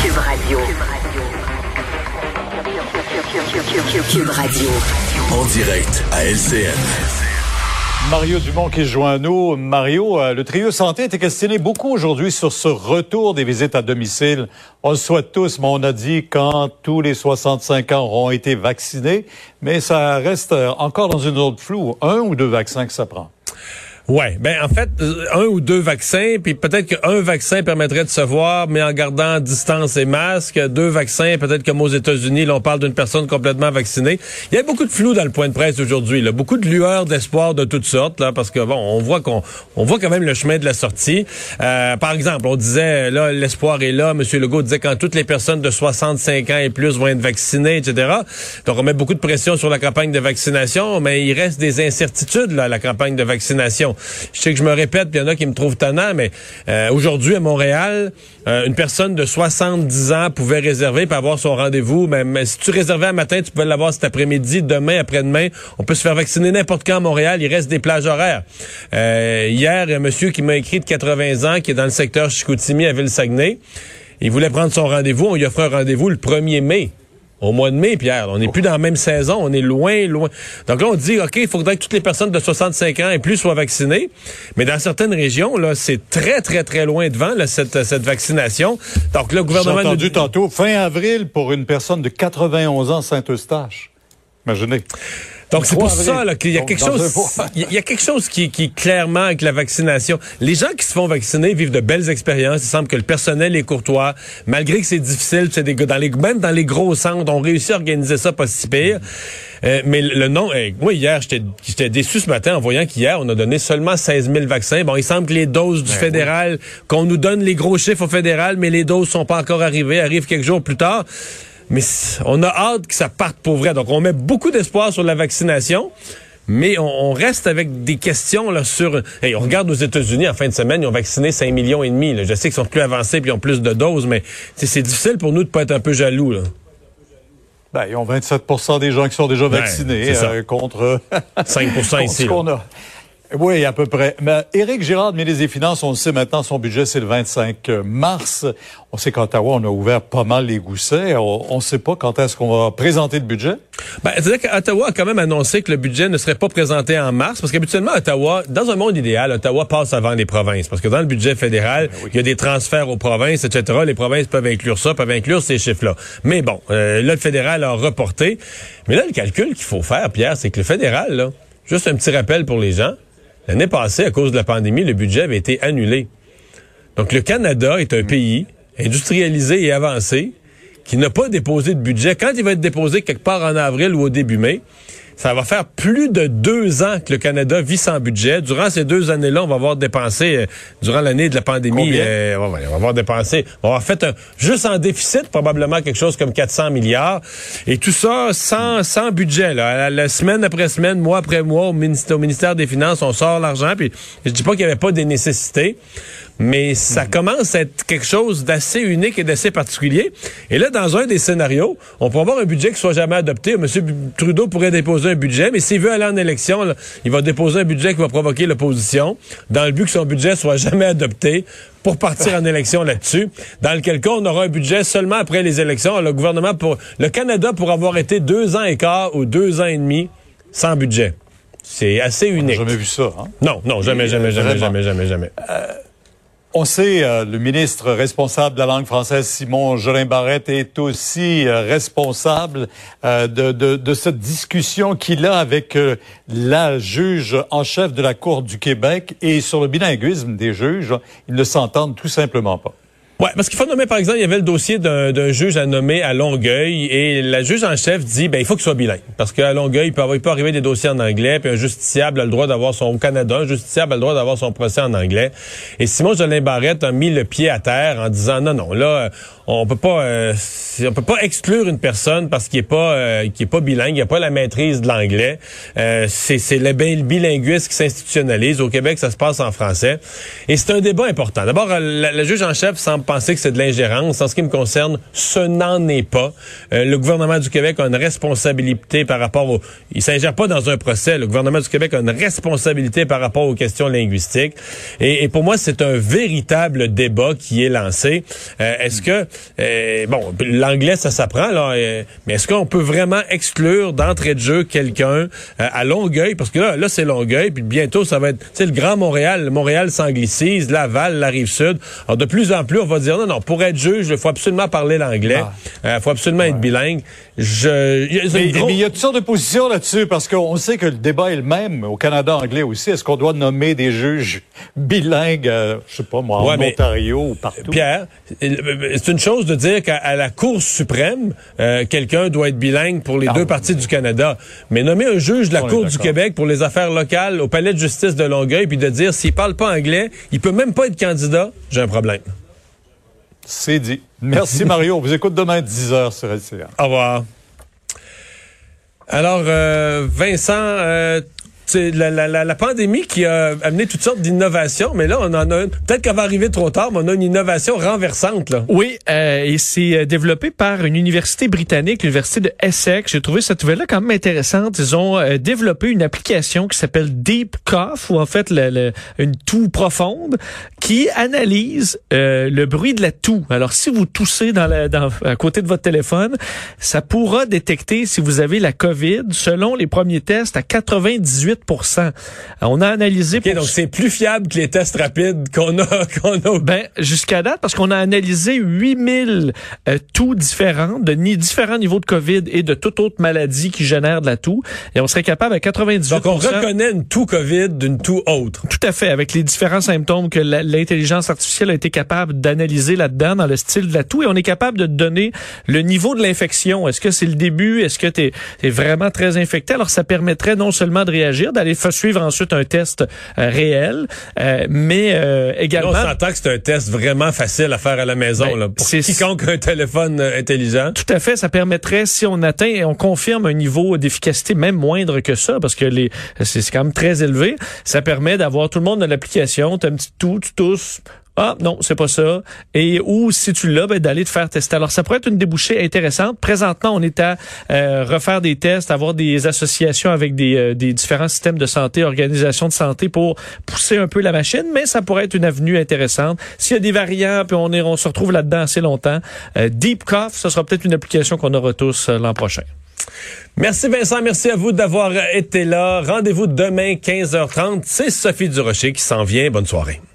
Cube Radio. Cube Radio. En direct à LCN. Mario Dumont qui se joint à nous. Mario, le trio santé a été questionné beaucoup aujourd'hui sur ce retour des visites à domicile. On le souhaite tous, mais on a dit quand tous les 65 ans auront été vaccinés. Mais ça reste encore dans une zone floue. 1 ou 2 vaccins que ça prend? Ouais, en fait, 1 ou 2 vaccins, puis peut-être qu'un vaccin permettrait de se voir, mais en gardant distance et masque. 2 vaccins, peut-être comme aux États-Unis, là, on parle d'une personne complètement vaccinée. Il y a beaucoup de flou dans le point de presse aujourd'hui, là, beaucoup de lueurs d'espoir de toutes sortes, là, parce que bon, on voit quand même le chemin de la sortie. Par exemple, on disait là, l'espoir est là. M. Legault disait quand toutes les personnes de 65 ans et plus vont être vaccinées, etc. Donc, on met beaucoup de pression sur la campagne de vaccination, mais il reste des incertitudes là, à la campagne de vaccination. Je sais que je me répète, puis il y en a qui me trouvent tannant, mais aujourd'hui à Montréal, une personne de 70 ans pouvait réserver pour avoir son rendez-vous. Mais si tu réservais un matin, tu peux l'avoir cet après-midi, demain, après-demain. On peut se faire vacciner n'importe quand à Montréal. Il reste des plages horaires. Hier, un monsieur qui m'a écrit de 80 ans, qui est dans le secteur Chicoutimi à Ville-Saguenay, il voulait prendre son rendez-vous. On lui offre un rendez-vous le 1er mai. Au mois de mai, Pierre. On n'est plus dans la même saison. On est loin, loin. Donc là, on dit, OK, il faudrait que toutes les personnes de 65 ans et plus soient vaccinées. Mais dans certaines régions, là, c'est très, très, très loin devant, là, cette vaccination. Donc là, le gouvernement... J'ai entendu tantôt, fin avril, pour une personne de 91 ans, Saint-Eustache. Imaginez. Donc, c'est pour ça là, qu'il y a quelque chose. Il y a quelque chose qui clairement avec la vaccination. Les gens qui se font vacciner vivent de belles expériences. Il semble que le personnel est courtois, malgré que c'est difficile. C'est même dans les gros centres, on réussit à organiser ça pas si pire. Mais le nom, moi hier, j'étais déçu ce matin en voyant qu'hier on a donné seulement 16 000 vaccins. Bon, il semble que les doses du fédéral, qu'on nous donne les gros chiffres au fédéral, mais les doses sont pas encore arrivent quelques jours plus tard. Mais on a hâte que ça parte pour vrai. Donc, on met beaucoup d'espoir sur la vaccination, mais on reste avec des questions là sur... on regarde aux États-Unis, en fin de semaine, ils ont vacciné 5,5 millions. Là. Je sais qu'ils sont plus avancés et ils ont plus de doses, mais c'est difficile pour nous de pas être un peu jaloux. Là. Ils ont 27 % des gens qui sont déjà vaccinés contre 5 % ici. Qu'on a. Oui, à peu près. Mais Éric Girard, ministre des Finances, on le sait maintenant, son budget, c'est le 25 mars. On sait qu'à Ottawa, on a ouvert pas mal les goussets. On ne sait pas quand est-ce qu'on va présenter le budget. C'est-à-dire qu'Ottawa a quand même annoncé que le budget ne serait pas présenté en mars, parce qu'habituellement, Ottawa, dans un monde idéal, Ottawa passe avant les provinces. Parce que dans le budget fédéral, il y a des transferts aux provinces, etc. Les provinces peuvent inclure ça, peuvent inclure ces chiffres-là. Mais bon, là, le fédéral a reporté. Mais là, le calcul qu'il faut faire, Pierre, c'est que le fédéral, là, juste un petit rappel pour les gens, l'année passée, à cause de la pandémie, le budget avait été annulé. Donc, le Canada est un pays industrialisé et avancé qui n'a pas déposé de budget. Quand il va être déposé quelque part en avril ou au début mai, ça va faire plus de 2 ans que le Canada vit sans budget. Durant ces 2 années-là, on va avoir dépensé, durant l'année de la pandémie, on va avoir dépensé, on va avoir fait juste en déficit, probablement quelque chose comme 400 milliards. Et tout ça sans budget. Là. La semaine après semaine, mois après mois, au ministère des Finances, on sort l'argent. Puis je dis pas qu'il n'y avait pas des nécessités, mais ça commence à être quelque chose d'assez unique et d'assez particulier. Et là, dans un des scénarios, on pourrait avoir un budget qui soit jamais adopté. M. Trudeau pourrait déposer un budget, mais s'il veut aller en élection, là, il va déposer un budget qui va provoquer l'opposition, dans le but que son budget soit jamais adopté, pour partir en élection là-dessus. Dans lequel cas, on aura un budget seulement après les élections. Le Canada pourra avoir été 2 ans et quart ou 2 ans et demi sans budget. C'est assez unique. On n'a jamais vu ça, hein? Non, jamais. On sait, le ministre responsable de la langue française, Simon Jolin Barrette, est aussi responsable de cette discussion qu'il a avec la juge en chef de la Cour du Québec. Et sur le bilinguisme des juges, ils ne s'entendent tout simplement pas. Ouais, parce qu'il faut nommer, par exemple, il y avait le dossier d'un juge à nommer à Longueuil, et la juge en chef dit, il faut qu'il soit bilingue. Parce qu'à Longueuil, il peut arriver des dossiers en anglais, puis un justiciable a le droit d'avoir au Canada, un justiciable a le droit d'avoir son procès en anglais. Et Simon Jolin Barrette a mis le pied à terre en disant, non, là, on peut pas exclure une personne parce qu'il est pas bilingue, il a pas la maîtrise de l'anglais. C'est le bilinguisme qui s'institutionnalise. Au Québec, ça se passe en français. Et c'est un débat important. D'abord, la juge en chef semble penser que c'est de l'ingérence. En ce qui me concerne, ce n'en est pas. Le gouvernement du Québec a une responsabilité par rapport il s'ingère pas dans un procès. Le gouvernement du Québec a une responsabilité par rapport aux questions linguistiques. Et pour moi, c'est un véritable débat qui est lancé. Est-ce que, l'anglais, ça s'apprend, là, mais est-ce qu'on peut vraiment exclure d'entrée de jeu quelqu'un à Longueuil? Parce que là, c'est Longueuil, puis bientôt, ça va être, le Grand Montréal. Montréal s'anglicise, Laval, la Rive-Sud. Alors, de plus en plus, on va dire, non, pour être juge, il faut absolument parler l'anglais. Il faut absolument être bilingue. Mais il y a toutes sortes de positions là-dessus, parce qu'on sait que le débat est le même au Canada anglais aussi. Est-ce qu'on doit nommer des juges bilingues, je sais pas moi, en Ontario ou partout? Pierre, c'est une chose de dire qu'à la Cour suprême, quelqu'un doit être bilingue pour les deux parties du Canada. Mais nommer un juge de la Cour du Québec pour les affaires locales au palais de justice de Longueuil, puis de dire s'il parle pas anglais, il peut même pas être candidat, j'ai un problème. C'est dit. Merci Mario. On vous écoute demain à 10h sur LCA. Au revoir. Alors, Vincent, c'est la pandémie qui a amené toutes sortes d'innovations, mais là, on en a une. Peut-être qu'elle va arriver trop tard, mais on a une innovation renversante, là. Oui, et c'est développé par une université britannique, l'université de Essex. J'ai trouvé cette nouvelle-là quand même intéressante. Ils ont développé une application qui s'appelle Deep Cough, ou en fait une toux profonde, qui analyse le bruit de la toux. Alors, si vous toussez à côté de votre téléphone, ça pourra détecter si vous avez la COVID, selon les premiers tests, à 98%. On a analysé... OK, donc c'est plus fiable que les tests rapides qu'on a. Ben, jusqu'à date, parce qu'on a analysé 8000 toux différentes, différents niveaux de COVID et de toute autre maladie qui génère de la toux. Et on serait capable à 98%... Donc on reconnaît une toux COVID d'une toux autre. Tout à fait, avec les différents symptômes que l'intelligence artificielle a été capable d'analyser là-dedans, dans le style de la toux. Et on est capable de donner le niveau de l'infection. Est-ce que c'est le début? Est-ce que t'es vraiment très infecté? Alors, ça permettrait non seulement de réagir, d'aller suivre ensuite un test réel, mais également... Là, on s'entend que c'est un test vraiment facile à faire à la maison, là, pour quiconque a un téléphone intelligent. Tout à fait, ça permettrait, si on atteint et on confirme un niveau d'efficacité même moindre que ça, parce que c'est quand même très élevé, ça permet d'avoir tout le monde dans l'application, t'as un petit toux, tu tousses... Ah non, c'est pas ça. Ou si tu l'as, d'aller te faire tester. Alors, ça pourrait être une débouchée intéressante. Présentement, on est à refaire des tests, avoir des associations avec des différents systèmes de santé, organisations de santé pour pousser un peu la machine, mais ça pourrait être une avenue intéressante. S'il y a des variants, puis on se retrouve là-dedans assez longtemps, Deep Cough, ça sera peut-être une application qu'on aura tous l'an prochain. Merci Vincent, merci à vous d'avoir été là. Rendez-vous demain 15h30. C'est Sophie Durocher qui s'en vient. Bonne soirée.